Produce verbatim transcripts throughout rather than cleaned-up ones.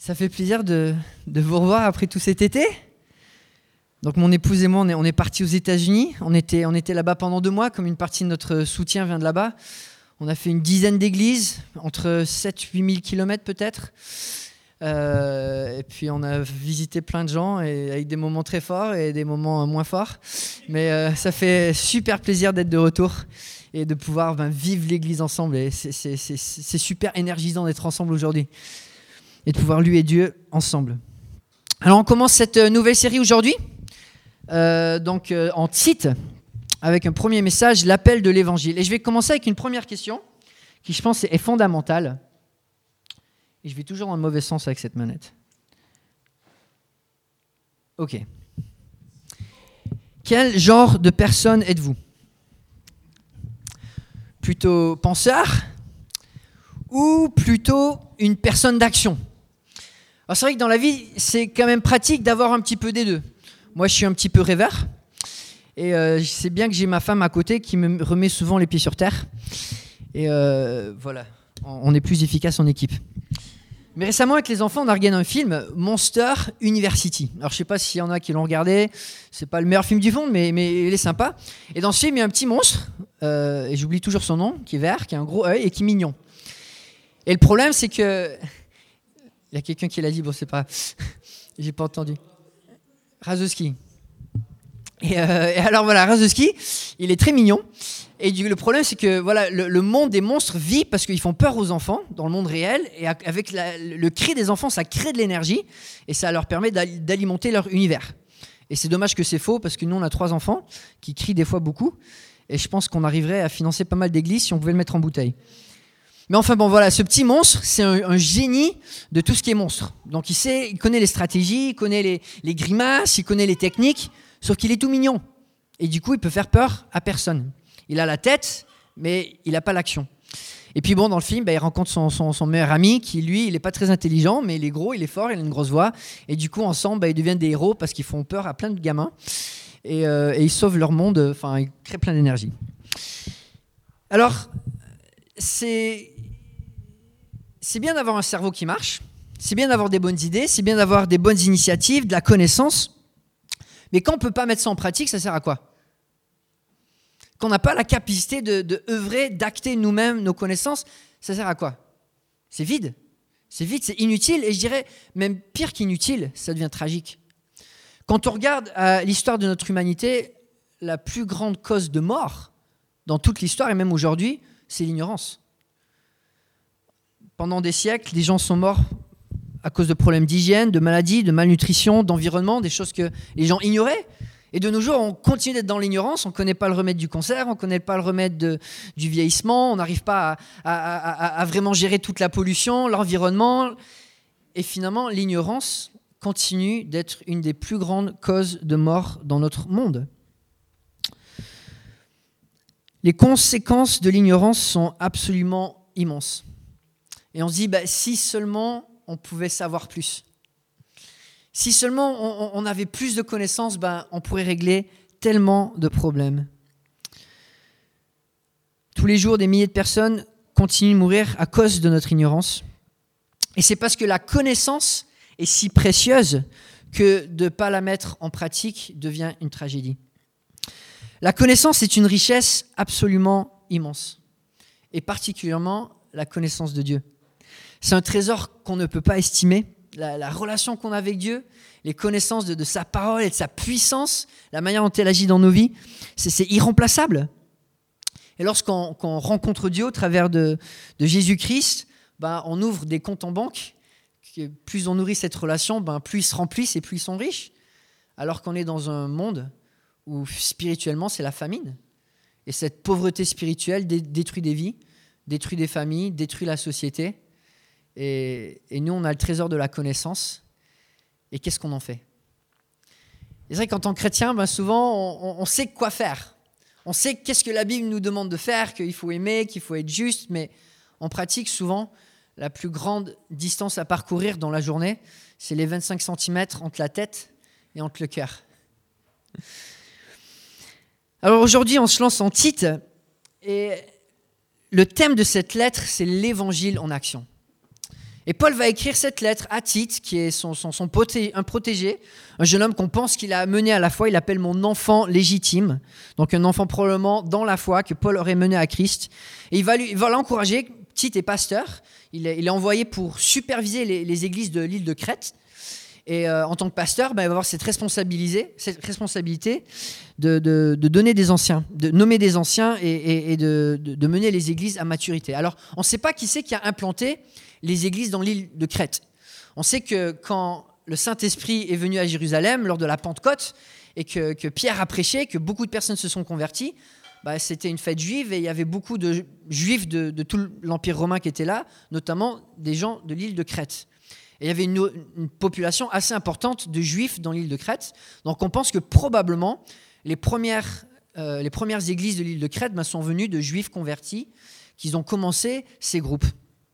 Ça fait plaisir de, de vous revoir après tout cet été. Donc mon épouse et moi, on est, on est partis aux États-Unis. On était, on était là-bas pendant deux mois, comme une partie de notre soutien vient de là-bas. On a fait une dizaine d'églises, entre sept à huit mille kilomètres peut-être. Euh, et puis on a visité plein de gens, et avec des moments très forts et des moments moins forts. Mais euh, ça fait super plaisir d'être de retour et de pouvoir ben, vivre l'église ensemble. Et c'est, c'est, c'est, c'est super énergisant d'être ensemble aujourd'hui et de pouvoir louer Dieu ensemble. Alors on commence cette nouvelle série aujourd'hui, euh, donc euh, en titre, avec un premier message, l'appel de l'évangile. Et je vais commencer avec une première question qui, je pense, est fondamentale. Et je vais toujours dans le mauvais sens avec cette manette. Ok. Quel genre de personne êtes-vous ? Plutôt penseur ou plutôt une personne d'action ? Alors c'est vrai que dans la vie, c'est quand même pratique d'avoir un petit peu des deux. Moi, je suis un petit peu rêveur. Et euh, c'est bien que j'ai ma femme à côté qui me remet souvent les pieds sur terre. Et euh, voilà, on est plus efficace en équipe. Mais récemment, avec les enfants, on a regardé un film, Monster University. Alors, je ne sais pas s'il y en a qui l'ont regardé. C'est pas le meilleur film du monde, mais, mais il est sympa. Et dans ce film, il y a un petit monstre, euh, et j'oublie toujours son nom, qui est vert, qui a un gros œil et qui est mignon. Et le problème, c'est que... Il y a quelqu'un qui l'a dit, bon, c'est pas... J'ai pas entendu. Razowski. Et, euh, et alors, voilà, Razowski, il est très mignon. Et du, le problème, c'est que voilà, le, le monde des monstres vit parce qu'ils font peur aux enfants dans le monde réel. Et avec la, le cri des enfants, ça crée de l'énergie et ça leur permet d'alimenter leur univers. Et c'est dommage que c'est faux parce que nous, on a trois enfants qui crient des fois beaucoup. Et je pense qu'on arriverait à financer pas mal d'églises si on pouvait le mettre en bouteille. Mais enfin, bon, voilà, ce petit monstre, c'est un, un génie de tout ce qui est monstre. Donc, il sait, il connaît les stratégies, il connaît les, les grimaces, il connaît les techniques, sauf qu'il est tout mignon. Et du coup, il peut faire peur à personne. Il a la tête, mais il n'a pas l'action. Et puis bon, dans le film, bah, il rencontre son, son, son meilleur ami qui, lui, il n'est pas très intelligent, mais il est gros, il est fort, il a une grosse voix. Et du coup, ensemble, bah, ils deviennent des héros parce qu'ils font peur à plein de gamins. Et, euh, et ils sauvent leur monde, enfin, ils créent plein d'énergie. Alors, c'est, c'est bien d'avoir un cerveau qui marche, c'est bien d'avoir des bonnes idées, c'est bien d'avoir des bonnes initiatives, de la connaissance. Mais quand on ne peut pas mettre ça en pratique, ça sert à quoi ? Qu'on n'a pas la capacité de, de œuvrer, d'acter nous-mêmes nos connaissances, ça sert à quoi ? C'est vide. C'est vide, c'est inutile. Et je dirais, même pire qu'inutile, ça devient tragique. Quand on regarde euh, l'histoire de notre humanité, la plus grande cause de mort dans toute l'histoire, et même aujourd'hui, c'est l'ignorance. Pendant des siècles, des gens sont morts à cause de problèmes d'hygiène, de maladies, de malnutrition, d'environnement, des choses que les gens ignoraient. Et de nos jours, on continue d'être dans l'ignorance, on ne connaît pas le remède du cancer, on ne connaît pas le remède de, du vieillissement, on n'arrive pas à, à, à, à vraiment gérer toute la pollution, l'environnement. Et finalement, l'ignorance continue d'être une des plus grandes causes de mort dans notre monde. Les conséquences de l'ignorance sont absolument immenses. Et on se dit, bah, si seulement on pouvait savoir plus. Si seulement on, on avait plus de connaissances, ben, on pourrait régler tellement de problèmes. Tous les jours, des milliers de personnes continuent de mourir à cause de notre ignorance. Et c'est parce que la connaissance est si précieuse que de ne pas la mettre en pratique devient une tragédie. La connaissance est une richesse absolument immense, et particulièrement la connaissance de Dieu. C'est un trésor qu'on ne peut pas estimer. La, la relation qu'on a avec Dieu, les connaissances de, de sa parole et de sa puissance, la manière dont elle agit dans nos vies, c'est, c'est irremplaçable. Et lorsqu'on qu'on rencontre Dieu au travers de, de Jésus-Christ, ben, on ouvre des comptes en banque. Plus on nourrit cette relation, ben, plus ils se remplissent et plus ils sont riches. Alors qu'on est dans un monde où spirituellement, c'est la famine. Et cette pauvreté spirituelle dé, détruit des vies, détruit des familles, détruit la société. Et, et nous, on a le trésor de la connaissance. Et qu'est-ce qu'on en fait ? C'est vrai qu'en tant que chrétien, ben souvent, on, on sait quoi faire. On sait qu'est-ce que la Bible nous demande de faire, qu'il faut aimer, qu'il faut être juste. Mais en pratique, souvent, la plus grande distance à parcourir dans la journée, c'est les vingt-cinq centimètres entre la tête et entre le cœur. Alors aujourd'hui, on se lance en titre. Et le thème de cette lettre, c'est l'évangile en action. Et Paul va écrire cette lettre à Tite, qui est son, son, son poté, un protégé, un jeune homme qu'on pense qu'il a mené à la foi. Il l'appelle mon enfant légitime, donc un enfant probablement dans la foi que Paul aurait mené à Christ. Et il va, lui, il va l'encourager. Tite est pasteur. Il est, il est envoyé pour superviser les, les églises de l'île de Crète. Et euh, en tant que pasteur, ben, il va avoir cette responsabilité, cette responsabilité de, de, de donner des anciens, de nommer des anciens et, et, et de, de, de mener les églises à maturité. Alors, on ne sait pas qui c'est qui a implanté les églises dans l'île de Crète. On sait que quand le Saint-Esprit est venu à Jérusalem lors de la Pentecôte et que, que Pierre a prêché, que beaucoup de personnes se sont converties, bah, c'était une fête juive et il y avait beaucoup de juifs de, de tout l'Empire romain qui étaient là, notamment des gens de l'île de Crète. Et il y avait une, une population assez importante de juifs dans l'île de Crète. Donc on pense que probablement les premières, euh, les premières églises de l'île de Crète bah, sont venues de juifs convertis qui ont commencé ces groupes.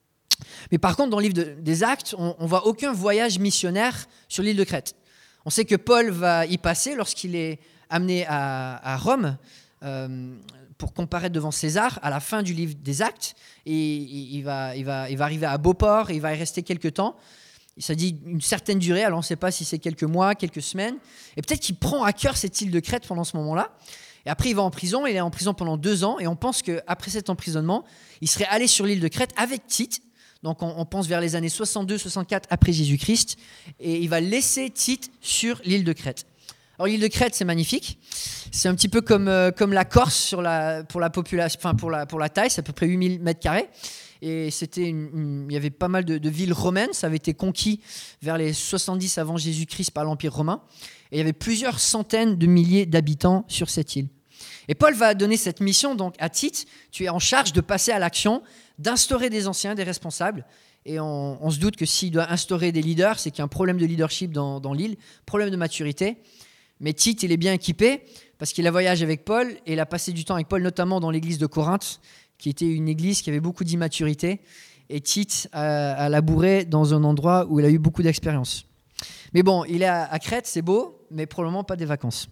Mais par contre, dans le livre de, des Actes, on ne voit aucun voyage missionnaire sur l'île de Crète. On sait que Paul va y passer lorsqu'il est amené à, à Rome euh, pour comparaître devant César à la fin du livre des Actes. Et il, il, va, il, va, il va arriver à Beauport et il va y rester quelques temps. Ça dit une certaine durée, alors on ne sait pas si c'est quelques mois, quelques semaines. Et peut-être qu'il prend à cœur cette île de Crète pendant ce moment-là. Et après, il va en prison. Il est en prison pendant deux ans. Et on pense qu'après cet emprisonnement, il serait allé sur l'île de Crète avec Tite. Donc on, on pense vers les années soixante-deux soixante-quatre après Jésus-Christ. Et il va laisser Tite sur l'île de Crète. Alors l'île de Crète, c'est magnifique. C'est un petit peu comme, euh, comme la Corse sur la, pour, la population, enfin pour, la, pour la taille. C'est à peu près huit mille mètres carrés. Et c'était une, une, il y avait pas mal de, de villes romaines. Ça avait été conquis vers les soixante-dix avant Jésus-Christ par l'Empire romain. Et il y avait plusieurs centaines de milliers d'habitants sur cette île. Et Paul va donner cette mission donc à Tite. Tu es en charge de passer à l'action, d'instaurer des anciens, des responsables. Et on, on se doute que s'il doit instaurer des leaders, c'est qu'il y a un problème de leadership dans, dans l'île, problème de maturité. Mais Tite, il est bien équipé parce qu'il a voyagé avec Paul et il a passé du temps avec Paul, notamment dans l'église de Corinthe, qui était une église qui avait beaucoup d'immaturité. Et Tite a, a labouré dans un endroit où il a eu beaucoup d'expérience. Mais bon, il est à, à Crète, c'est beau, mais probablement pas des vacances.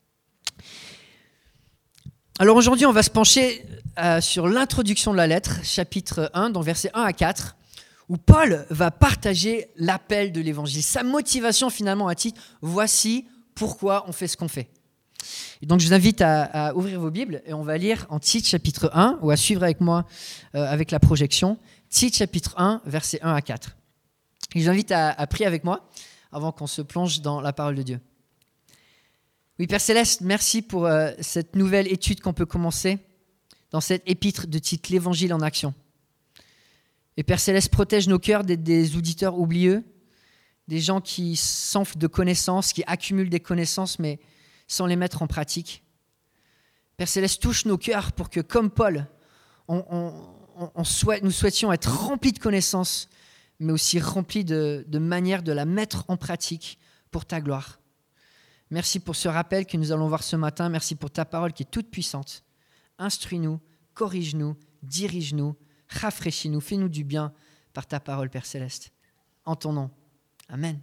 Alors aujourd'hui, on va se pencher euh, sur l'introduction de la lettre, chapitre un, dans versets un à quatre, où Paul va partager l'appel de l'évangile, sa motivation finalement à Tite. Voici pourquoi on fait ce qu'on fait. Et donc je vous invite à, à ouvrir vos Bibles et on va lire en Tite chapitre un, ou à suivre avec moi euh, avec la projection, Tite chapitre un, versets un à quatre. Et je vous invite à, à prier avec moi avant qu'on se plonge dans la parole de Dieu. Oui, Père Céleste, merci pour euh, cette nouvelle étude qu'on peut commencer dans cette épître de Tite, l'Évangile en action. Et Père Céleste, protège nos cœurs d'être des auditeurs oublieux, des gens qui s'enflent de connaissances, qui accumulent des connaissances, mais sans les mettre en pratique. Père Céleste, touche nos cœurs pour que, comme Paul, on, on, on souhaite, nous souhaitions être remplis de connaissances, mais aussi remplis de, de manière de la mettre en pratique pour ta gloire. Merci pour ce rappel que nous allons voir ce matin. Merci pour ta parole qui est toute puissante. Instruis-nous, corrige-nous, dirige-nous, rafraîchis-nous, fais-nous du bien par ta parole, Père Céleste. En ton nom. Amen.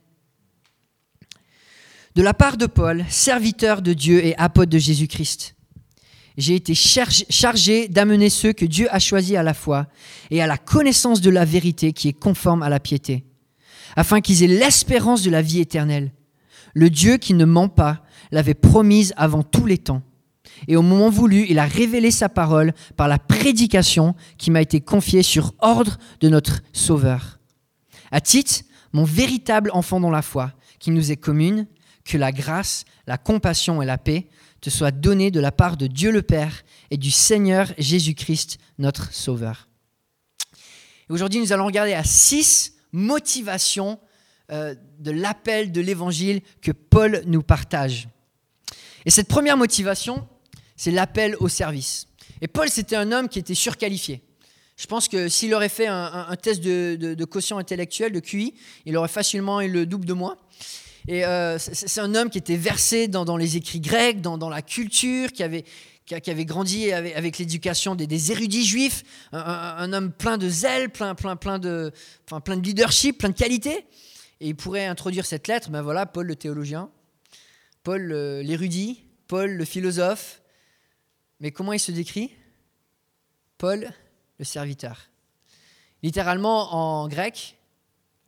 De la part de Paul, serviteur de Dieu et apôtre de Jésus-Christ, j'ai été chargé d'amener ceux que Dieu a choisis à la foi et à la connaissance de la vérité qui est conforme à la piété, afin qu'ils aient l'espérance de la vie éternelle. Le Dieu qui ne ment pas l'avait promise avant tous les temps. Et au moment voulu, il a révélé sa parole par la prédication qui m'a été confiée sur ordre de notre Sauveur. À Tite, mon véritable enfant dans la foi, qui nous est commune, que la grâce, la compassion et la paix te soient données de la part de Dieu le Père et du Seigneur Jésus-Christ, notre Sauveur. Et aujourd'hui, nous allons regarder à six motivations euh, de l'appel de l'Évangile que Paul nous partage. Et cette première motivation, c'est l'appel au service. Et Paul, c'était un homme qui était surqualifié. Je pense que s'il aurait fait un, un, un test de, de, de quotient intellectuel, de Q I, il aurait facilement eu le double de moi. Et euh, c'est, c'est un homme qui était versé dans, dans les écrits grecs, dans, dans la culture, qui avait, qui, qui avait grandi avec, avec l'éducation des, des érudits juifs, un, un, un homme plein de zèle, plein, plein, plein, de, enfin, plein de leadership, plein de qualités. Et il pourrait introduire cette lettre, ben voilà, Paul le théologien, Paul euh, l'érudit, Paul le philosophe. Mais comment il se décrit ? Paul le serviteur. Littéralement en grec,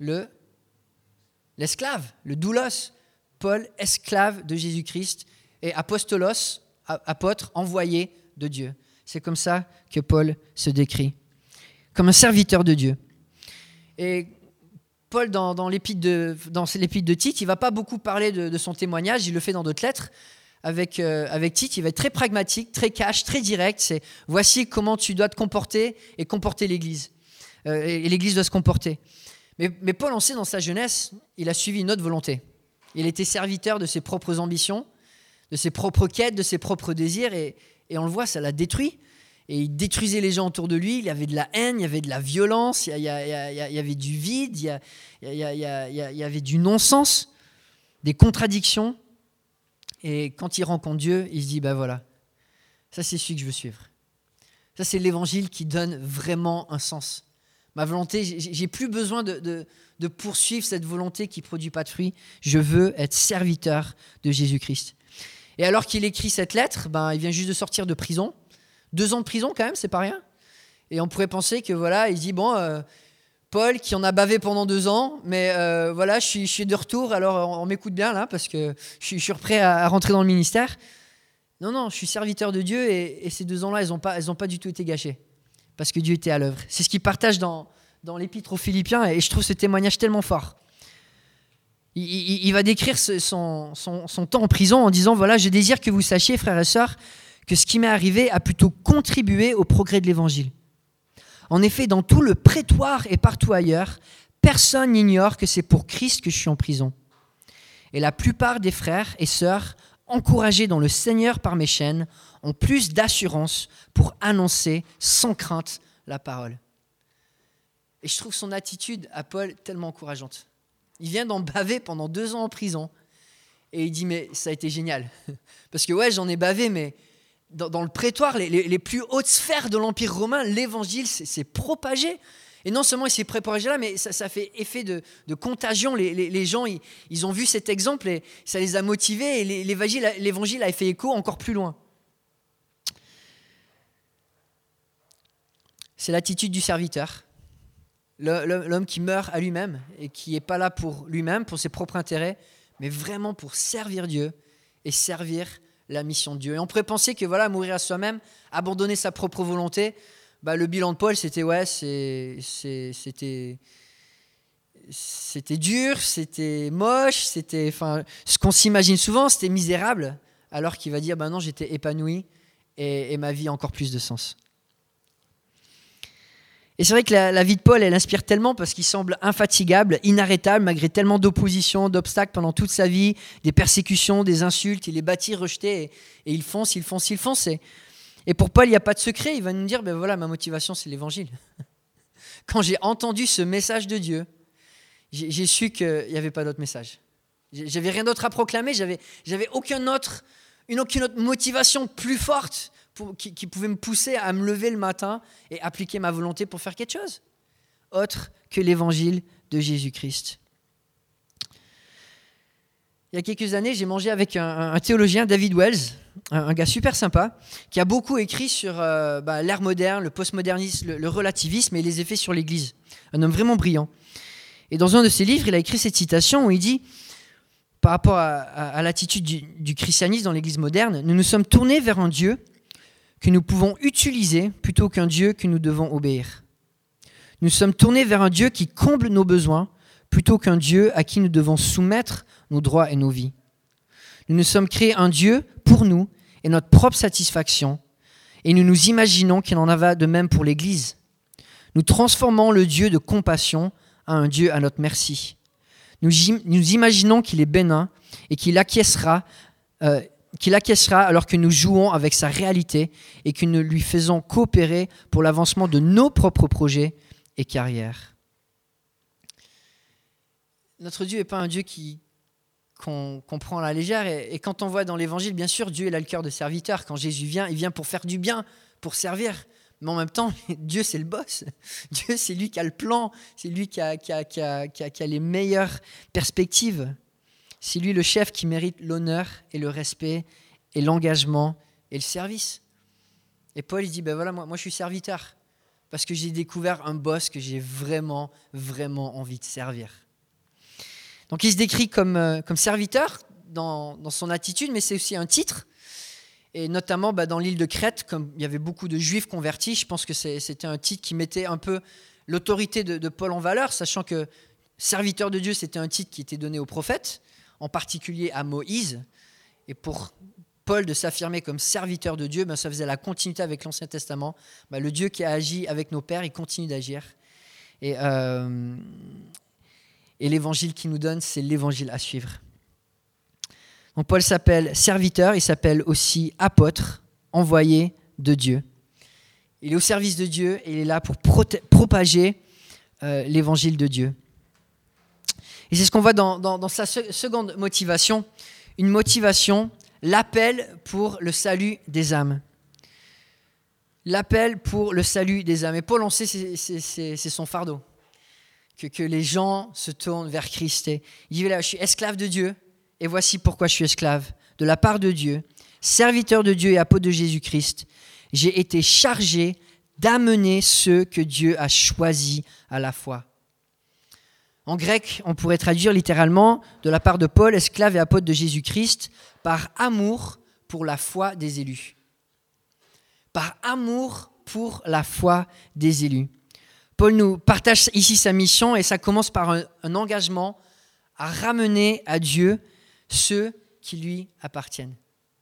le, l'esclave, le doulos. Paul, esclave de Jésus-Christ, et apostolos, apôtre, envoyé de Dieu. C'est comme ça que Paul se décrit, comme un serviteur de Dieu. Et Paul, dans, dans, l'épître, de, dans l'épître de Tite, il ne va pas beaucoup parler de, de son témoignage, il le fait dans d'autres lettres. Avec, euh, avec Tite, il va être très pragmatique, très cash, très direct. C'est voici comment tu dois te comporter et comporter l'Église. Euh, et, et l'Église doit se comporter. Mais, mais Paul, on sait, dans sa jeunesse, il a suivi une autre volonté. Il était serviteur de ses propres ambitions, de ses propres quêtes, de ses propres désirs, et, et on le voit, ça l'a détruit. Et il détruisait les gens autour de lui, il y avait de la haine, il y avait de la violence, il y, a, il y, a, il y, a, il y avait du vide, il y, a, il y, a, il y, a, il y, a, il y avait du non-sens, des contradictions. Et quand il rencontre Dieu, il se dit, ben voilà, ça c'est celui que je veux suivre. Ça c'est l'évangile qui donne vraiment un sens. Ma volonté, j'ai, j'ai plus besoin de, de, de poursuivre cette volonté qui ne produit pas de fruits. Je veux être serviteur de Jésus-Christ. Et alors qu'il écrit cette lettre, ben, il vient juste de sortir de prison. Deux ans de prison quand même, c'est pas rien. Et on pourrait penser que voilà, il dit bon, euh, Paul qui en a bavé pendant deux ans, mais euh, voilà, je suis, je suis de retour, alors on, on m'écoute bien là parce que je suis, je suis prêt à, à rentrer dans le ministère. Non, non, je suis serviteur de Dieu et, et ces deux ans-là, elles n'ont pas, elles ont pas du tout été gâchées parce que Dieu était à l'œuvre. C'est ce qu'il partage dans, dans l'épître aux Philippiens et je trouve ce témoignage tellement fort. Il, il, il va décrire ce, son, son, son temps en prison en disant voilà, je désire que vous sachiez, frères et sœurs, que ce qui m'est arrivé a plutôt contribué au progrès de l'Évangile. En effet, dans tout le prétoire et partout ailleurs, personne n'ignore que c'est pour Christ que je suis en prison. Et la plupart des frères et sœurs, encouragés dans le Seigneur par mes chaînes, ont plus d'assurance pour annoncer sans crainte la parole. Et je trouve son attitude à Paul tellement encourageante. Il vient d'en baver pendant deux ans en prison et il dit mais ça a été génial. Parce que ouais, j'en ai bavé, mais Dans, dans le prétoire, les, les, les plus hautes sphères de l'Empire romain, l'évangile s'est, s'est propagé. Et non seulement il s'est propagé là, mais ça, ça fait effet de, de contagion. Les, les, les gens, ils, ils ont vu cet exemple et ça les a motivés. Et l'évangile, l'évangile a fait écho encore plus loin. C'est l'attitude du serviteur. L'homme qui meurt à lui-même et qui n'est pas là pour lui-même, pour ses propres intérêts, mais vraiment pour servir Dieu et servir la mission de Dieu. Et on pourrait penser que voilà, mourir à soi-même, abandonner sa propre volonté, bah, le bilan de Paul, c'était ouais, c'est, c'est, c'était, c'était dur, c'était moche, c'était, enfin, ce qu'on s'imagine souvent, c'était misérable, alors qu'il va dire, bah non, j'étais épanoui et, et ma vie a encore plus de sens. Et c'est vrai que la, la vie de Paul, elle inspire tellement parce qu'il semble infatigable, inarrêtable, malgré tellement d'opposition, d'obstacles pendant toute sa vie, des persécutions, des insultes. Il est battu, rejeté, et, et il fonce, il fonce, il fonce. Et, et pour Paul, il n'y a pas de secret. Il va nous dire, ben voilà, ma motivation, c'est l'évangile. Quand j'ai entendu ce message de Dieu, j'ai, j'ai su qu'il n'y avait pas d'autre message. J'avais rien d'autre à proclamer, j'avais, j'avais aucun autre, une aucune autre motivation plus forte Pour, qui, qui pouvait me pousser à me lever le matin et appliquer ma volonté pour faire quelque chose, autre que l'évangile de Jésus-Christ. Il y a quelques années, j'ai mangé avec un, un théologien, David Wells, un, un gars super sympa, qui a beaucoup écrit sur euh, bah, l'ère moderne, le postmodernisme, le, le relativisme et les effets sur l'Église. Un homme vraiment brillant. Et dans un de ses livres, il a écrit cette citation où il dit, par rapport à, à, à l'attitude du, du christianisme dans l'Église moderne, « Nous nous sommes tournés vers un Dieu que nous pouvons utiliser plutôt qu'un Dieu que nous devons obéir. Nous sommes tournés vers un Dieu qui comble nos besoins plutôt qu'un Dieu à qui nous devons soumettre nos droits et nos vies. Nous nous sommes créés un Dieu pour nous et notre propre satisfaction, et nous nous imaginons qu'il en va de même pour l'Église. Nous transformons le Dieu de compassion en un Dieu à notre merci. Nous, nous imaginons qu'il est bénin et qu'il acquiescera euh, qu'il acquiescera alors que nous jouons avec sa réalité et que nous lui faisons coopérer pour l'avancement de nos propres projets et carrières. Notre Dieu n'est pas un Dieu qui, qu'on, qu'on prend à la légère. Et, et quand on voit dans l'Évangile, bien sûr, Dieu il a le cœur de serviteur. Quand Jésus vient, il vient pour faire du bien, pour servir. Mais en même temps, Dieu, c'est le boss. Dieu, c'est lui qui a le plan. C'est lui qui a, qui a, qui a, qui a, qui a les meilleures perspectives. C'est lui le chef qui mérite l'honneur et le respect et l'engagement et le service. Et Paul, il dit, ben voilà, moi, moi je suis serviteur. parce que j'ai découvert un boss que j'ai vraiment, vraiment envie de servir. Donc il se décrit comme, euh, comme serviteur dans, dans son attitude, mais c'est aussi un titre. Et notamment bah, dans l'île de Crète, comme il y avait beaucoup de juifs convertis, je pense que c'est, c'était un titre qui mettait un peu l'autorité de, de Paul en valeur, sachant que serviteur de Dieu, c'était un titre qui était donné aux prophètes, en particulier à Moïse. Et pour Paul de s'affirmer comme serviteur de Dieu, ben, ça faisait la continuité avec l'Ancien Testament. Ben, le Dieu qui a agi avec nos pères, il continue d'agir. Et, euh, et l'évangile qu'il nous donne, c'est l'évangile à suivre. Donc Paul s'appelle serviteur, il s'appelle aussi apôtre, envoyé de Dieu. Il est au service de Dieu et il est là pour proté- propager euh, l'évangile de Dieu. Et c'est ce qu'on voit dans, dans, dans sa se- seconde motivation, une motivation, l'appel pour le salut des âmes. L'appel pour le salut des âmes. Et Paul, on sait, c'est, c'est, c'est, c'est son fardeau, que, que les gens se tournent vers Christ. Et il dit, là, je suis esclave de Dieu, et voici pourquoi je suis esclave. De la part de Dieu, serviteur de Dieu et apôtre de Jésus-Christ, j'ai été chargé d'amener ceux que Dieu a choisis à la foi. En grec, on pourrait traduire littéralement, de la part de Paul, esclave et apôtre de Jésus-Christ, par amour pour la foi des élus. Par amour pour la foi des élus. Paul nous partage ici sa mission et ça commence par un, un engagement à ramener à Dieu ceux qui lui appartiennent.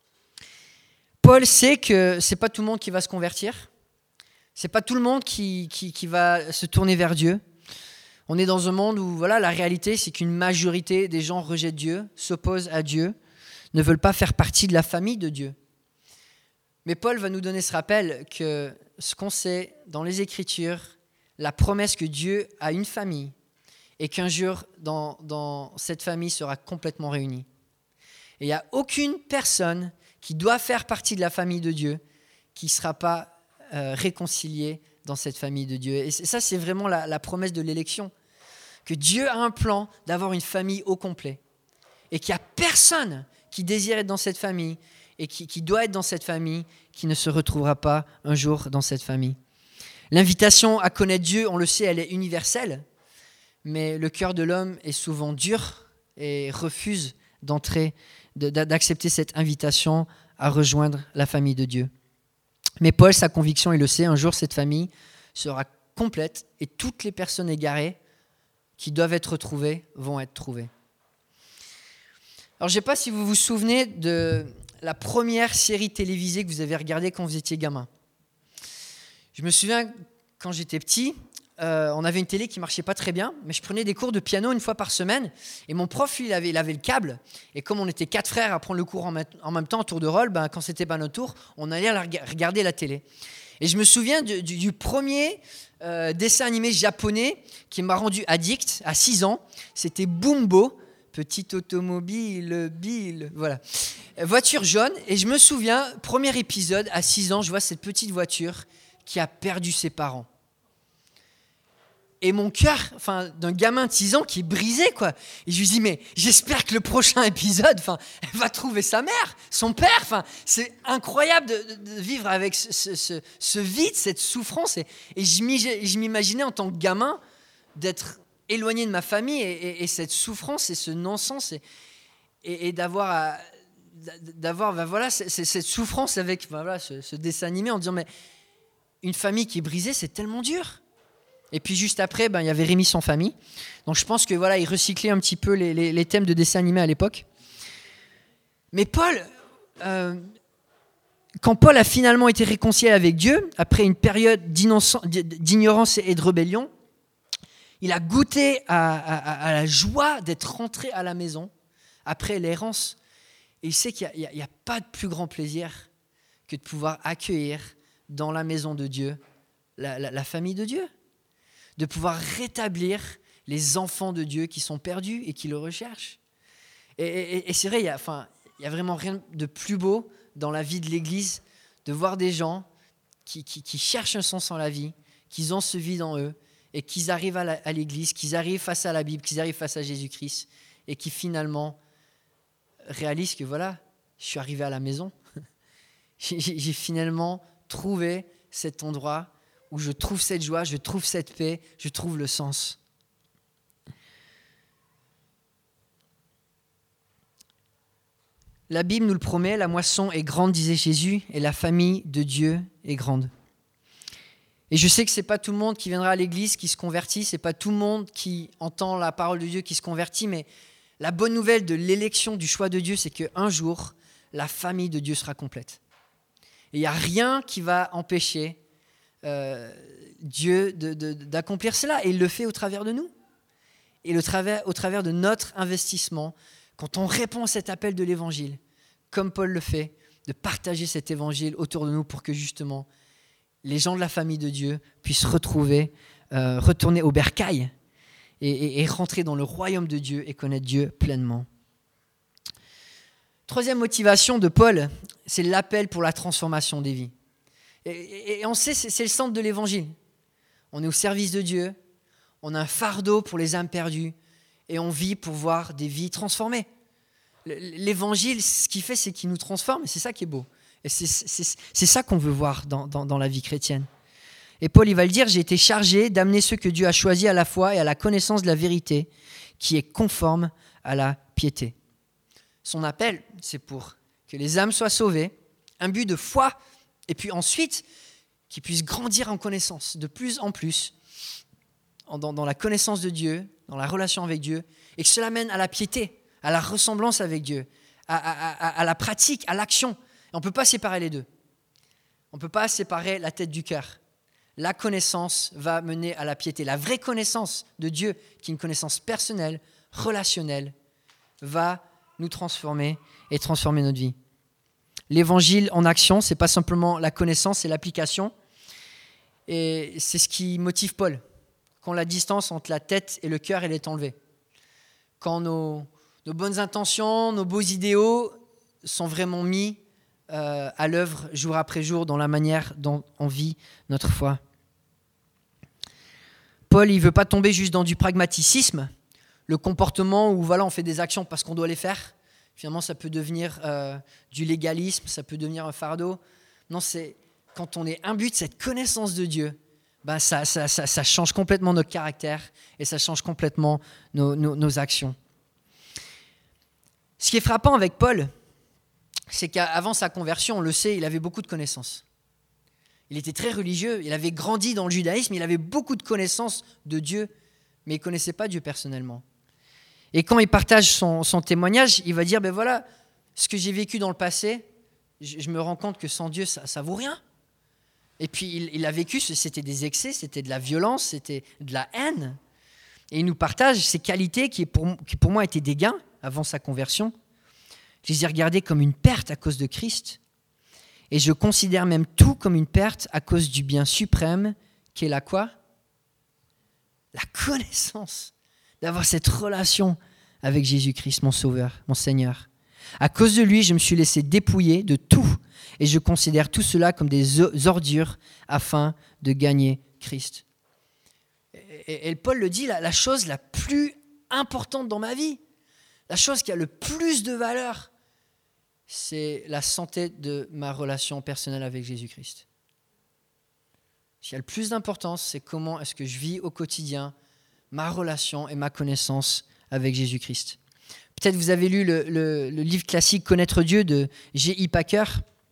Paul sait que ce n'est pas tout le monde qui va se convertir, ce n'est pas tout le monde qui, qui, qui va se tourner vers Dieu. On est dans un monde où voilà, la réalité, c'est qu'une majorité des gens rejettent Dieu, s'opposent à Dieu, ne veulent pas faire partie de la famille de Dieu. Mais Paul va nous donner ce rappel que ce qu'on sait dans les Écritures, la promesse que Dieu a une famille et qu'un jour, dans, dans cette famille sera complètement réunie. Et il n'y a aucune personne qui doit faire partie de la famille de Dieu qui ne sera pas euh, réconciliée dans cette famille de Dieu. Et ça, c'est vraiment la, la promesse de l'élection. Que Dieu a un plan d'avoir une famille au complet. Et qu'il n'y a personne qui désire être dans cette famille et qui, qui doit être dans cette famille qui ne se retrouvera pas un jour dans cette famille. L'invitation à connaître Dieu, on le sait, elle est universelle. Mais le cœur de l'homme est souvent dur et refuse d'entrer, de, d'accepter cette invitation à rejoindre la famille de Dieu. Mais Paul, sa conviction, il le sait, un jour cette famille sera complète et toutes les personnes égarées qui doivent être trouvées vont être trouvées. Alors je ne sais pas si vous vous souvenez de la première série télévisée que vous avez regardée quand vous étiez gamin. Je me souviens, quand j'étais petit, euh, on avait une télé qui ne marchait pas très bien, mais je prenais des cours de piano une fois par semaine, et mon prof, lui, il avait, il avait le câble, et comme on était quatre frères à prendre le cours en, ma- en même temps, en tour de rôle, ben, quand c'était pas notre tour, on allait la rega- regarder la télé. Et je me souviens du, du, du premier euh, dessin animé japonais qui m'a rendu addict à six ans, c'était Bumbo, petite automobile, Bill, voilà. Voiture jaune, et je me souviens, premier épisode, à six ans, je vois cette petite voiture qui a perdu ses parents. Et mon cœur, enfin, d'un gamin de six ans qui est brisé, quoi. Et je lui dis, mais j'espère que le prochain épisode, enfin, elle va trouver sa mère, son père. Enfin, c'est incroyable de, de, de vivre avec ce, ce, ce vide, cette souffrance. Et, et je, je m'imaginais en tant que gamin d'être éloigné de ma famille et, et, et cette souffrance et ce non-sens et, et, et d'avoir, à, d'avoir, ben voilà, c'est, c'est cette souffrance avec, ben voilà, ce, ce dessin animé en disant, mais une famille qui est brisée, c'est tellement dur. Et puis juste après, ben, il y avait Rémi sans famille. Donc je pense que voilà, il recyclait un petit peu les, les, les thèmes de dessins animés à l'époque. Mais Paul, euh, quand Paul a finalement été réconcilié avec Dieu, après une période d'ignorance et de rébellion, il a goûté à, à, à la joie d'être rentré à la maison après l'errance. Et il sait qu'il n'y a, a, a pas de plus grand plaisir que de pouvoir accueillir dans la maison de Dieu la, la, la famille de Dieu. De pouvoir rétablir les enfants de Dieu qui sont perdus et qui le recherchent. Et, et, et c'est vrai, il y a, enfin, il y a vraiment rien de plus beau dans la vie de l'Église de voir des gens qui, qui, qui cherchent un sens en la vie, qu'ils ont ce vide en eux et qu'ils arrivent à, la, à l'Église, qu'ils arrivent face à la Bible, qu'ils arrivent face à Jésus-Christ et qui finalement réalisent que voilà, je suis arrivé à la maison. j'ai, j'ai finalement trouvé cet endroit où je trouve cette joie, je trouve cette paix, je trouve le sens. La Bible nous le promet, la moisson est grande, disait Jésus, et la famille de Dieu est grande. Et je sais que ce n'est pas tout le monde qui viendra à l'église qui se convertit, ce n'est pas tout le monde qui entend la parole de Dieu qui se convertit, mais la bonne nouvelle de l'élection, du choix de Dieu, c'est qu'un jour, la famille de Dieu sera complète. Et il n'y a rien qui va empêcher euh, Dieu de, de, d'accomplir cela, et il le fait au travers de nous. Et le travers, au travers de notre investissement, quand on répond à cet appel de l'évangile, comme Paul le fait, de partager cet évangile autour de nous pour que justement les gens de la famille de Dieu puissent retrouver, euh, retourner au bercail et, et, et rentrer dans le royaume de Dieu et connaître Dieu pleinement. Troisième motivation de Paul, c'est l'appel pour la transformation des vies. Et, et, et on sait, c'est, c'est le centre de l'évangile. On est au service de Dieu, on a un fardeau pour les âmes perdues et on vit pour voir des vies transformées. L'évangile, ce qu'il fait, c'est qu'il nous transforme et c'est ça qui est beau. Et c'est, c'est, c'est ça qu'on veut voir dans, dans, dans la vie chrétienne. Et Paul, il va le dire, j'ai été chargé d'amener ceux que Dieu a choisis à la foi et à la connaissance de la vérité qui est conforme à la piété. Son appel, c'est pour que les âmes soient sauvées, un but de foi, et puis ensuite, qu'ils puissent grandir en connaissance de plus en plus, dans, dans la connaissance de Dieu, dans la relation avec Dieu, et que cela mène à la piété, à la ressemblance avec Dieu, à, à, à, à la pratique, à l'action. On ne peut pas séparer les deux. On ne peut pas séparer la tête du cœur. La connaissance va mener à la piété. La vraie connaissance de Dieu, qui est une connaissance personnelle, relationnelle, va nous transformer et transformer notre vie. L'évangile en action, ce n'est pas simplement la connaissance, c'est l'application. Et c'est ce qui motive Paul. Quand la distance entre la tête et le cœur elle est enlevée. Quand nos, nos bonnes intentions, nos beaux idéaux sont vraiment mis euh, à l'œuvre jour après jour dans la manière dont on vit notre foi. Paul, il ne veut pas tomber juste dans du pragmatisme, le comportement où voilà, on fait des actions parce qu'on doit les faire. Finalement, ça peut devenir euh, du légalisme, ça peut devenir un fardeau. Non, c'est quand on est imbu de cette connaissance de Dieu, ben ça, ça, ça, ça change complètement notre caractère et ça change complètement nos, nos, nos actions. Ce qui est frappant avec Paul, c'est qu'avant sa conversion, on le sait, il avait beaucoup de connaissances. Il était très religieux, il avait grandi dans le judaïsme, il avait beaucoup de connaissances de Dieu, mais il ne connaissait pas Dieu personnellement. Et quand il partage son, son témoignage, il va dire, ben voilà, ce que j'ai vécu dans le passé, je, je me rends compte que sans Dieu, ça ne vaut rien. Et puis il, il a vécu, c'était des excès, c'était de la violence, c'était de la haine. Et il nous partage ces qualités qui pour, qui pour moi étaient des gains avant sa conversion. Je les ai regardées comme une perte à cause de Christ. Et je considère même tout comme une perte à cause du bien suprême qui est la quoi ? La connaissance, d'avoir cette relation avec Jésus-Christ, mon Sauveur, mon Seigneur. À cause de lui, je me suis laissé dépouiller de tout et je considère tout cela comme des ordures afin de gagner Christ. Et, et Paul le dit, la, la chose la plus importante dans ma vie, la chose qui a le plus de valeur, c'est la santé de ma relation personnelle avec Jésus-Christ. Ce qui a le plus d'importance, c'est comment est-ce que je vis au quotidien ma relation et ma connaissance avec Jésus-Christ. Peut-être vous avez lu le, le, le livre classique « Connaître Dieu » de J I Packer.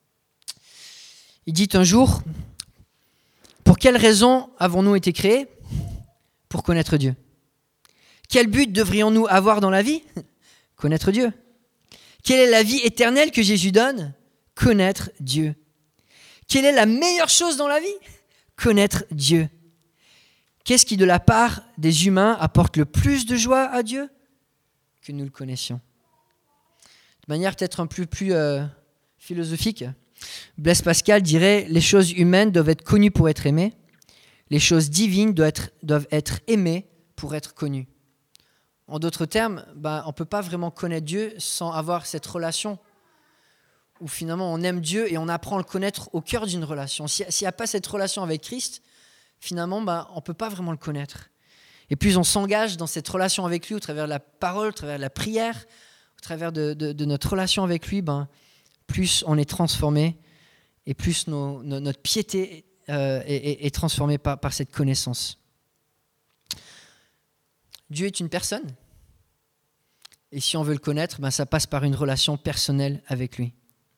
Il dit un jour, « Pour quelle raison avons-nous été créés ? Pour connaître Dieu. Quel but devrions-nous avoir dans la vie ? Connaître Dieu. Quelle est la vie éternelle que Jésus donne ? Connaître Dieu. Quelle est la meilleure chose dans la vie ? Connaître Dieu. Qu'est-ce qui, de la part des humains, apporte le plus de joie à Dieu ? Que nous le connaissions. De manière peut-être un peu plus euh, philosophique, Blaise Pascal dirait « Les choses humaines doivent être connues pour être aimées. Les choses divines doivent être, doivent être aimées pour être connues. » En d'autres termes, ben, on ne peut pas vraiment connaître Dieu sans avoir cette relation où finalement on aime Dieu et on apprend à le connaître au cœur d'une relation. S'il n'y a pas cette relation avec Christ, finalement, ben, on ne peut pas vraiment le connaître. Et plus on s'engage dans cette relation avec lui, au travers de la parole, au travers de la prière, au travers de, de, de notre relation avec lui, ben, plus on est transformé et plus nos, nos, notre piété euh, est, est, est transformé par, par cette connaissance. Dieu est une personne. Et si on veut le connaître, ben ça passe par une relation personnelle avec lui.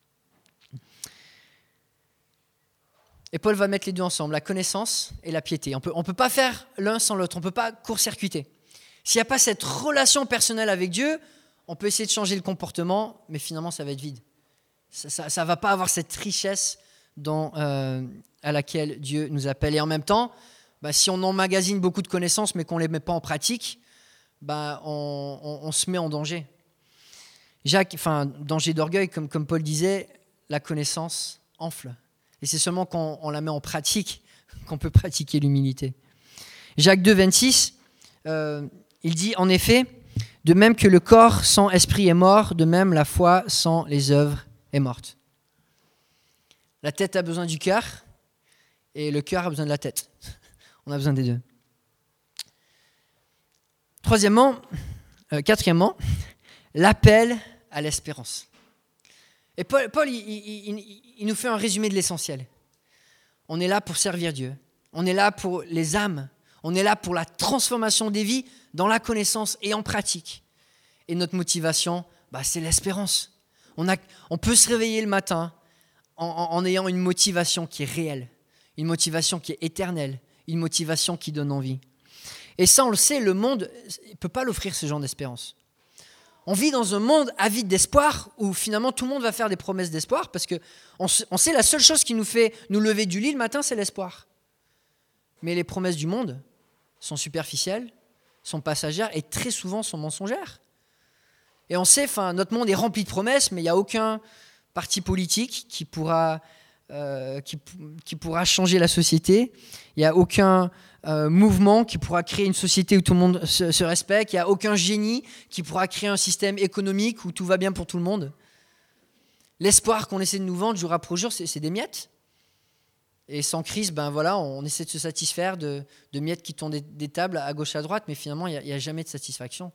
Et Paul va mettre les deux ensemble, la connaissance et la piété. On peut, ne peut pas faire l'un sans l'autre, on ne peut pas court-circuiter. S'il n'y a pas cette relation personnelle avec Dieu, on peut essayer de changer le comportement, mais finalement ça va être vide. Ça ne va pas avoir cette richesse dans, euh, à laquelle Dieu nous appelle. Et en même temps, ben, si on emmagasine beaucoup de connaissances, mais qu'on ne les met pas en pratique, ben, on, on, on se met en danger. Jacques, enfin, danger d'orgueil, comme, comme Paul disait, la connaissance enfle. Et c'est seulement quand on la met en pratique qu'on peut pratiquer l'humilité. Jacques deux, vingt-six, euh, il dit, en effet, de même que le corps sans esprit est mort, de même la foi sans les œuvres est morte. La tête a besoin du cœur et le cœur a besoin de la tête. On a besoin des deux. Troisièmement, euh, quatrièmement, l'appel à l'espérance. Et Paul, Paul il, il, il, il nous fait un résumé de l'essentiel. On est là pour servir Dieu. On est là pour les âmes. On est là pour la transformation des vies dans la connaissance et en pratique. Et notre motivation, bah, c'est l'espérance. On, a, on peut se réveiller le matin en, en, en ayant une motivation qui est réelle, une motivation qui est éternelle, une motivation qui donne envie. Et ça, on le sait, le monde ne peut pas l'offrir ce genre d'espérance. On vit dans un monde avide d'espoir où finalement tout le monde va faire des promesses d'espoir parce qu'on on sait la seule chose qui nous fait nous lever du lit le matin, c'est l'espoir. Mais les promesses du monde sont superficielles, sont passagères et très souvent sont mensongères. Et on sait, enfin, notre monde est rempli de promesses, mais il n'y a aucun parti politique qui pourra, euh, qui, qui pourra changer la société. Il n'y a aucun euh, mouvement qui pourra créer une société où tout le monde se, se respecte. Il n'y a aucun génie qui pourra créer un système économique où tout va bien pour tout le monde. L'espoir qu'on essaie de nous vendre jour après jour, c'est, c'est des miettes. Et sans crise, ben voilà, on essaie de se satisfaire de, de miettes qui tombent des, des tables à gauche à droite, mais finalement, il n'y a, a jamais de satisfaction.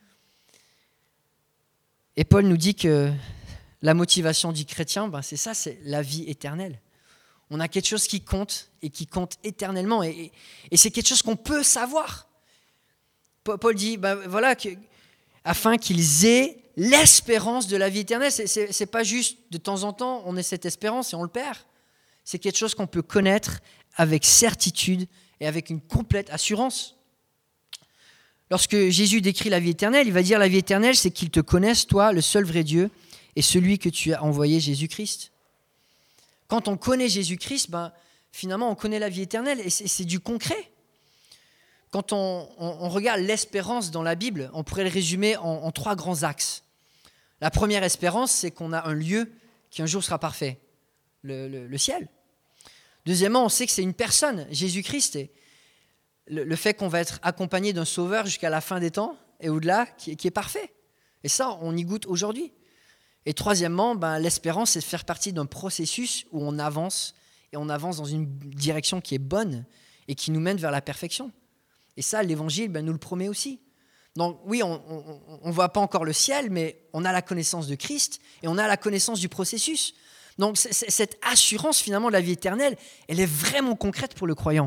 Et Paul nous dit que la motivation du chrétien, ben c'est ça, c'est la vie éternelle. On a quelque chose qui compte et qui compte éternellement. Et, et, et c'est quelque chose qu'on peut savoir. Paul dit, ben voilà, que, afin qu'ils aient l'espérance de la vie éternelle. C'est, c'est, c'est pas juste de temps en temps, on ait cette espérance et on le perd. C'est quelque chose qu'on peut connaître avec certitude et avec une complète assurance. Lorsque Jésus décrit la vie éternelle, il va dire la vie éternelle, c'est qu'ils te connaissent, toi, le seul vrai Dieu, et celui que tu as envoyé, Jésus-Christ. Quand on connaît Jésus-Christ, ben, finalement, on connaît la vie éternelle, et c'est, c'est du concret. Quand on, on, on regarde l'espérance dans la Bible, on pourrait le résumer en, en trois grands axes. La première espérance, c'est qu'on a un lieu qui un jour sera parfait, le, le, le ciel. Deuxièmement, on sait que c'est une personne, Jésus-Christ, et le, le fait qu'on va être accompagné d'un sauveur jusqu'à la fin des temps et au-delà, qui, qui est parfait. Et ça, on y goûte aujourd'hui. Et troisièmement, ben, l'espérance, c'est de faire partie d'un processus où on avance, et on avance dans une direction qui est bonne et qui nous mène vers la perfection. Et ça, l'Évangile ben, nous le promet aussi. Donc oui, on ne voit pas encore le ciel, mais on a la connaissance de Christ et on a la connaissance du processus. Donc c'est, c'est, cette assurance finalement de la vie éternelle, elle est vraiment concrète pour le croyant.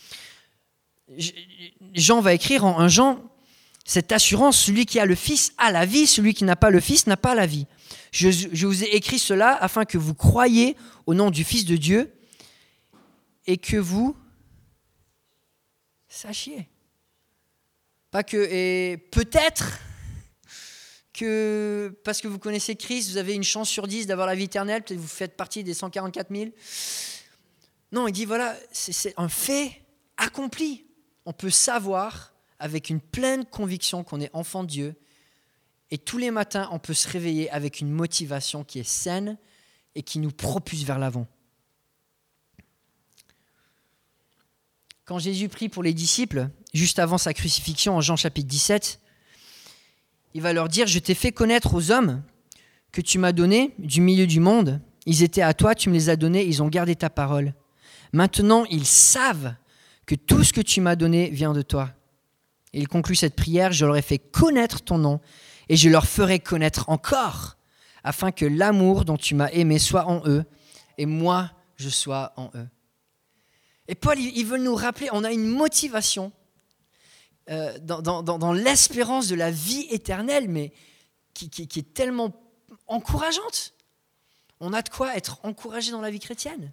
Jean va écrire en un Jean, cette assurance, celui qui a le Fils a la vie, celui qui n'a pas le Fils n'a pas la vie. Je, je vous ai écrit cela afin que vous croyiez au nom du Fils de Dieu et que vous sachiez. Pas que, et peut-être que parce que vous connaissez Christ, vous avez une chance sur dix d'avoir la vie éternelle, peut-être vous faites partie des cent quarante-quatre mille. Non, il dit voilà, c'est, c'est un fait accompli. On peut savoir avec une pleine conviction qu'on est enfant de Dieu et tous les matins, on peut se réveiller avec une motivation qui est saine et qui nous propulse vers l'avant. Quand Jésus prie pour les disciples, juste avant sa crucifixion en Jean chapitre dix-sept, il va leur dire « Je t'ai fait connaître aux hommes que tu m'as donnés du milieu du monde. Ils étaient à toi, tu me les as donnés, ils ont gardé ta parole. Maintenant, ils savent que tout ce que tu m'as donné vient de toi. » Et il conclut cette prière « Je leur ai fait connaître ton nom et je leur ferai connaître encore, afin que l'amour dont tu m'as aimé soit en eux et moi, je sois en eux. » Et Paul, il veut nous rappeler, on a une motivation euh, dans, dans, dans, dans l'espérance de la vie éternelle, mais qui, qui, qui est tellement encourageante. On a de quoi être encouragé dans la vie chrétienne.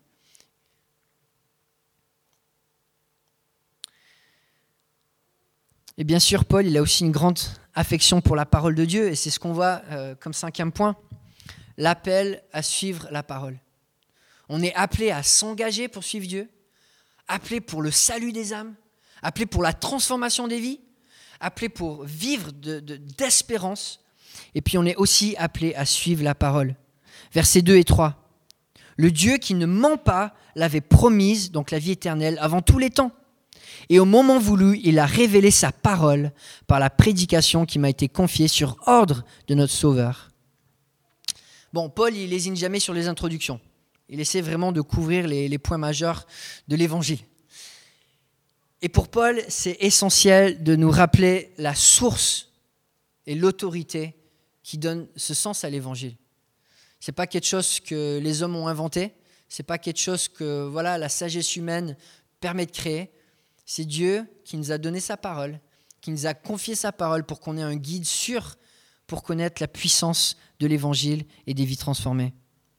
Et bien sûr, Paul, il a aussi une grande affection pour la parole de Dieu, et c'est ce qu'on voit euh, comme cinquième point, l'appel à suivre la parole. On est appelé à s'engager pour suivre Dieu, appelé pour le salut des âmes, appelé pour la transformation des vies, appelé pour vivre de, de, d'espérance, et puis on est aussi appelé à suivre la parole. Versets deux et trois. Le Dieu qui ne ment pas l'avait promise, donc la vie éternelle, avant tous les temps. Et au moment voulu, il a révélé sa parole par la prédication qui m'a été confiée sur ordre de notre Sauveur. Bon, Paul, il lésine jamais sur les introductions. Il essaie vraiment de couvrir les, les points majeurs de l'Évangile. Et pour Paul, c'est essentiel de nous rappeler la source et l'autorité qui donne ce sens à l'Évangile. Ce n'est pas quelque chose que les hommes ont inventé. Ce n'est pas quelque chose que voilà, la sagesse humaine permet de créer. C'est Dieu qui nous a donné sa parole, qui nous a confié sa parole pour qu'on ait un guide sûr pour connaître la puissance de l'Évangile et des vies transformées.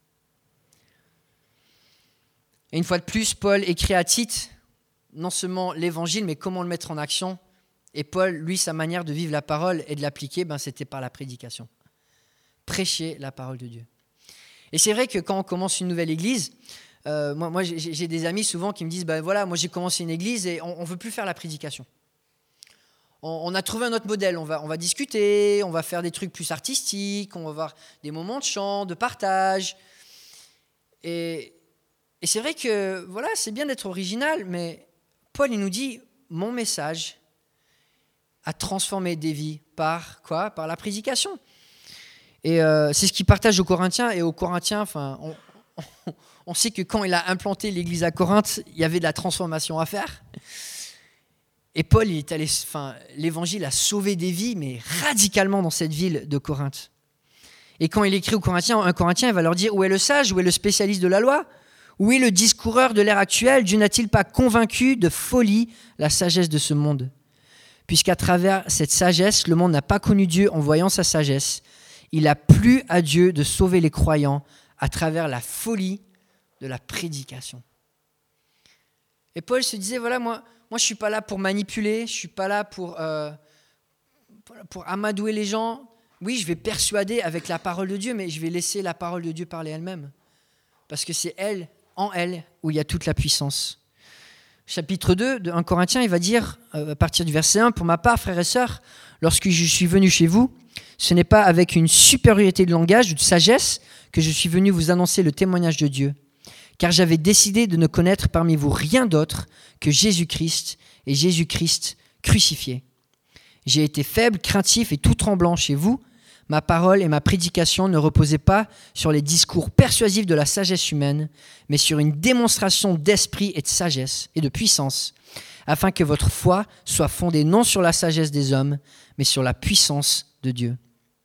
Et une fois de plus, Paul écrit à Tite non seulement l'Évangile, mais comment le mettre en action. Et Paul, lui, sa manière de vivre la parole et de l'appliquer, ben, c'était par la prédication. Prêcher la parole de Dieu. Et c'est vrai que quand on commence une nouvelle église, euh, moi, moi j'ai, j'ai des amis souvent qui me disent ben voilà, moi j'ai commencé une église et on ne veut plus faire la prédication. On, on a trouvé un autre modèle, on va, on va discuter, on va faire des trucs plus artistiques, on va avoir des moments de chant, de partage. Et, et c'est vrai que voilà, c'est bien d'être original, mais Paul il nous dit mon message a transformé des vies par quoi ? Par la prédication. Et euh, c'est ce qu'il partage aux Corinthiens. Et aux Corinthiens, enfin, on, on, on sait que quand il a implanté l'église à Corinthe, il y avait de la transformation à faire. Et Paul, il est allé, enfin, l'évangile a sauvé des vies, mais radicalement dans cette ville de Corinthe. Et quand il écrit aux Corinthiens, un Corinthien, il va leur dire où est le sage, où est le spécialiste de la loi ? Où est le discoureur de l'ère actuelle ? Dieu n'a-t-il pas convaincu de folie la sagesse de ce monde ? Puisqu'à travers cette sagesse, le monde n'a pas connu Dieu en voyant sa sagesse. Il a plu à Dieu de sauver les croyants à travers la folie de la prédication. Et Paul se disait, voilà, moi, moi je ne suis pas là pour manipuler, je ne suis pas là pour, euh, pour amadouer les gens. Oui, je vais persuader avec la parole de Dieu, mais je vais laisser la parole de Dieu parler elle-même. Parce que c'est elle, en elle, où il y a toute la puissance. Chapitre deux de premier Corinthiens, il va dire, euh, à partir du verset un, « Pour ma part, frères et sœurs, lorsque je suis venu chez vous, ce n'est pas avec une supériorité de langage ou de sagesse que je suis venu vous annoncer le témoignage de Dieu, car j'avais décidé de ne connaître parmi vous rien d'autre que Jésus-Christ et Jésus-Christ crucifié. J'ai été faible, craintif et tout tremblant chez vous. Ma parole et ma prédication ne reposaient pas sur les discours persuasifs de la sagesse humaine, mais sur une démonstration d'esprit et de sagesse et de puissance, afin que votre foi soit fondée non sur la sagesse des hommes, mais sur la puissance de Dieu. »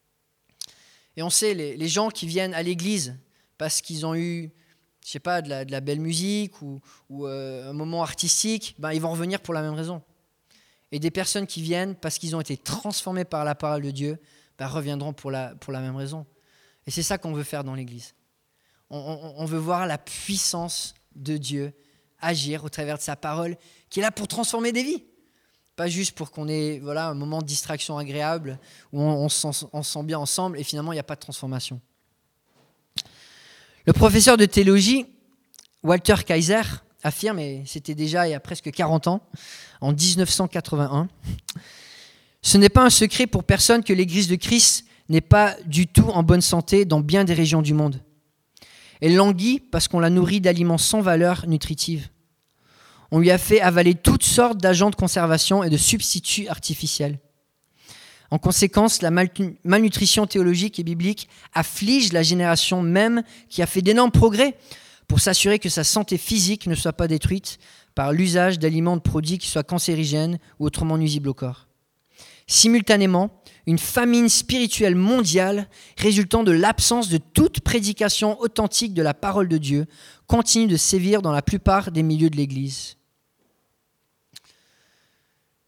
Et on sait, les, les gens qui viennent à l'église parce qu'ils ont eu, je sais pas, de la, de la belle musique ou, ou euh, un moment artistique, ben, ils vont revenir pour la même raison. Et des personnes qui viennent parce qu'ils ont été transformés par la parole de Dieu, ben, reviendront pour la, pour la même raison. Et c'est ça qu'on veut faire dans l'église. On, on, on veut voir la puissance de Dieu agir au travers de sa parole qui est là pour transformer des vies. Pas juste pour qu'on ait voilà, un moment de distraction agréable où on, on, se sent, on se sent bien ensemble et finalement il n'y a pas de transformation. Le professeur de théologie, Walter Kaiser, affirme, et c'était déjà il y a presque quarante ans, en dix-neuf cent quatre-vingt-un, « Ce n'est pas un secret pour personne que l'Église de Christ n'est pas du tout en bonne santé dans bien des régions du monde. Elle languit parce qu'on la nourrit d'aliments sans valeur nutritive. On lui a fait avaler toutes sortes d'agents de conservation et de substituts artificiels. En conséquence, la malnutrition théologique et biblique afflige la génération même qui a fait d'énormes progrès pour s'assurer que sa santé physique ne soit pas détruite par l'usage d'aliments de produits qui soient cancérigènes ou autrement nuisibles au corps. Simultanément, une famine spirituelle mondiale résultant de l'absence de toute prédication authentique de la parole de Dieu continue de sévir dans la plupart des milieux de l'Église.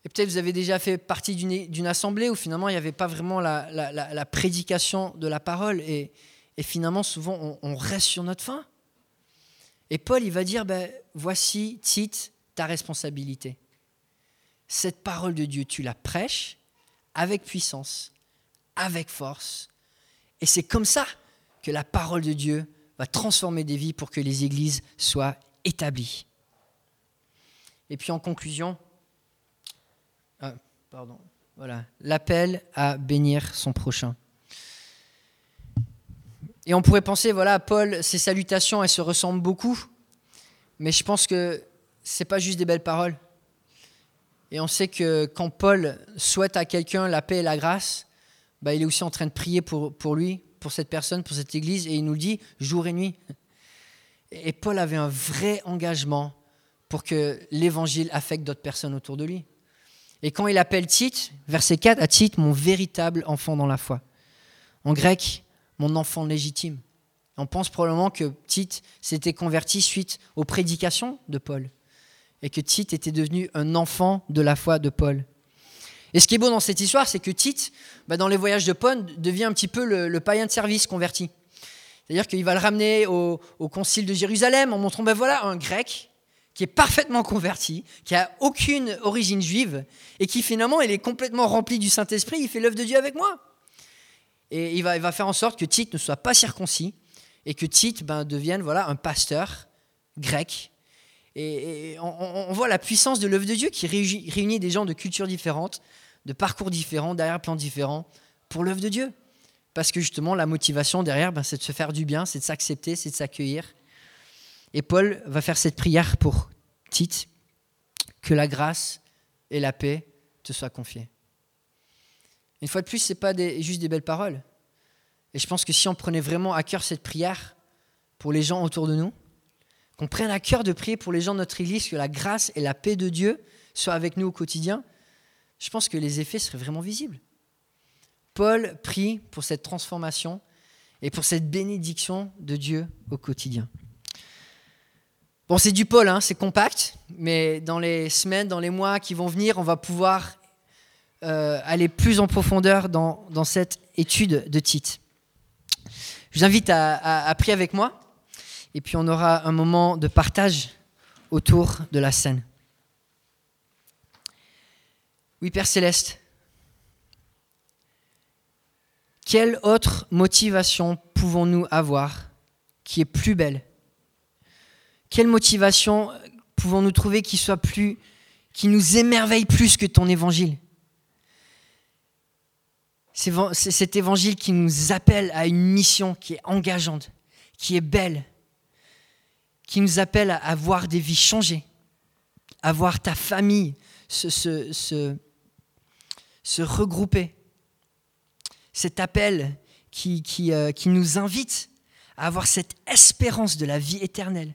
Et peut-être vous avez déjà fait partie d'une, d'une assemblée où finalement il n'y avait pas vraiment la, la, la, la prédication de la parole. Et, et finalement, souvent, on, on reste sur notre faim. Et Paul, il va dire, ben, voici, Tite, ta responsabilité. Cette parole de Dieu, tu la prêches avec puissance, avec force. Et c'est comme ça que la parole de Dieu va transformer des vies pour que les églises soient établies. Et puis en conclusion, ah, pardon, voilà, l'appel à bénir son prochain. Et on pourrait penser, voilà, Paul, ses salutations, elles se ressemblent beaucoup, mais je pense que c'est pas juste des belles paroles. Et on sait que quand Paul souhaite à quelqu'un la paix et la grâce, bah, il est aussi en train de prier pour, pour lui, pour cette personne, pour cette église, et il nous le dit jour et nuit. Et Paul avait un vrai engagement pour que l'évangile affecte d'autres personnes autour de lui. Et quand il appelle Tite, verset quatre, à Tite, mon véritable enfant dans la foi. En grec, mon enfant légitime. On pense probablement que Tite s'était converti suite aux prédications de Paul et que Tite était devenu un enfant de la foi de Paul. Et ce qui est beau dans cette histoire, c'est que Tite, bah dans les voyages de Paul, devient un petit peu le, le païen de service converti. C'est-à-dire qu'il va le ramener au, au concile de Jérusalem en montrant, ben voilà, un grec qui est parfaitement converti, qui n'a aucune origine juive et qui finalement, il est complètement rempli du Saint-Esprit, il fait l'œuvre de Dieu avec moi. Et il va, il va faire en sorte que Tite ne soit pas circoncis et que Tite ben, devienne voilà, un pasteur grec. Et, et on, on voit la puissance de l'œuvre de Dieu qui réunit des gens de cultures différentes, de parcours différents, d'arrière-plans différents, pour l'œuvre de Dieu. Parce que justement, la motivation derrière, ben, c'est de se faire du bien, c'est de s'accepter, c'est de s'accueillir. Et Paul va faire cette prière pour Tite, que la grâce et la paix te soient confiées. Une fois de plus, ce n'est pas des, juste des belles paroles. Et je pense que si on prenait vraiment à cœur cette prière pour les gens autour de nous, qu'on prenne à cœur de prier pour les gens de notre église, que la grâce et la paix de Dieu soient avec nous au quotidien, je pense que les effets seraient vraiment visibles. Paul prie pour cette transformation et pour cette bénédiction de Dieu au quotidien. Bon, c'est du Paul, hein, c'est compact, mais dans les semaines, dans les mois qui vont venir, on va pouvoir euh, aller plus en profondeur dans, dans cette étude de Tite. Je vous invite à, à, à prier avec moi. Et puis on aura un moment de partage autour de la scène. Oui, Père Céleste, quelle autre motivation pouvons-nous avoir qui est plus belle ? Quelle motivation pouvons-nous trouver qui soit plus, qui nous émerveille plus que ton évangile ? C'est cet évangile qui nous appelle à une mission qui est engageante, qui est belle, qui nous appelle à voir des vies changées, à voir ta famille se, se, se, se regrouper. Cet appel qui, qui, euh, qui nous invite à avoir cette espérance de la vie éternelle.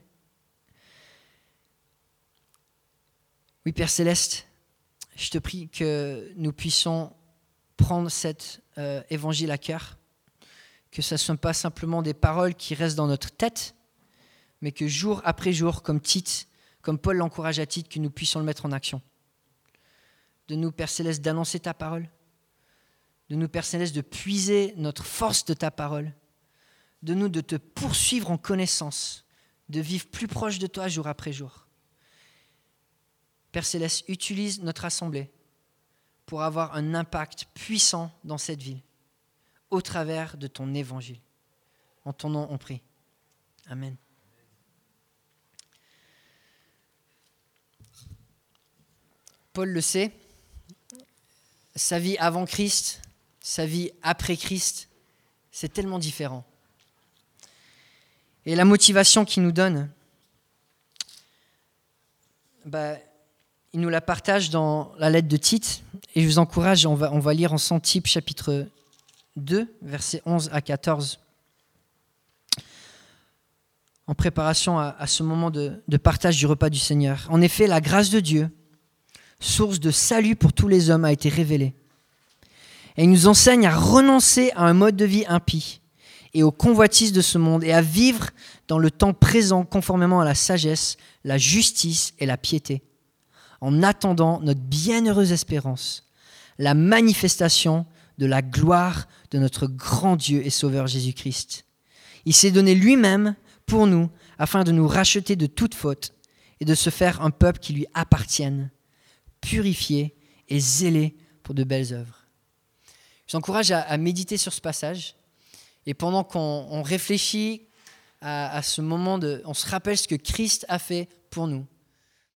Oui, Père Céleste, je te prie que nous puissions prendre cet euh, évangile à cœur, que ce ne sont pas simplement des paroles qui restent dans notre tête, mais que jour après jour, comme Tite, comme Paul l'encourage à Tite, que nous puissions le mettre en action. De nous, Père Céleste, d'annoncer ta parole, de nous, Père Céleste, de puiser notre force de ta parole, de nous, de te poursuivre en connaissance, de vivre plus proche de toi jour après jour. Père Céleste, utilise notre assemblée pour avoir un impact puissant dans cette ville, au travers de ton évangile. En ton nom, on prie. Amen. Paul le sait, sa vie avant Christ, sa vie après Christ, c'est tellement différent. Et la motivation qu'il nous donne, bah, il nous la partage dans la lettre de Tite. Et je vous encourage, on va, on va lire ensemble Tite chapitre deux, versets onze à quatorze. En préparation à, à ce moment de, de partage du repas du Seigneur. En effet, la grâce de Dieu, source de salut pour tous les hommes, a été révélée. Et il nous enseigne à renoncer à un mode de vie impie et aux convoitises de ce monde et à vivre dans le temps présent conformément à la sagesse, la justice et la piété, en attendant notre bienheureuse espérance, la manifestation de la gloire de notre grand Dieu et Sauveur Jésus-Christ. Il s'est donné lui-même pour nous afin de nous racheter de toute faute et de se faire un peuple qui lui appartienne, purifié et zélé pour de belles œuvres. Je vous encourage à, à méditer sur ce passage et pendant qu'on on réfléchit à, à ce moment, de, on se rappelle ce que Christ a fait pour nous.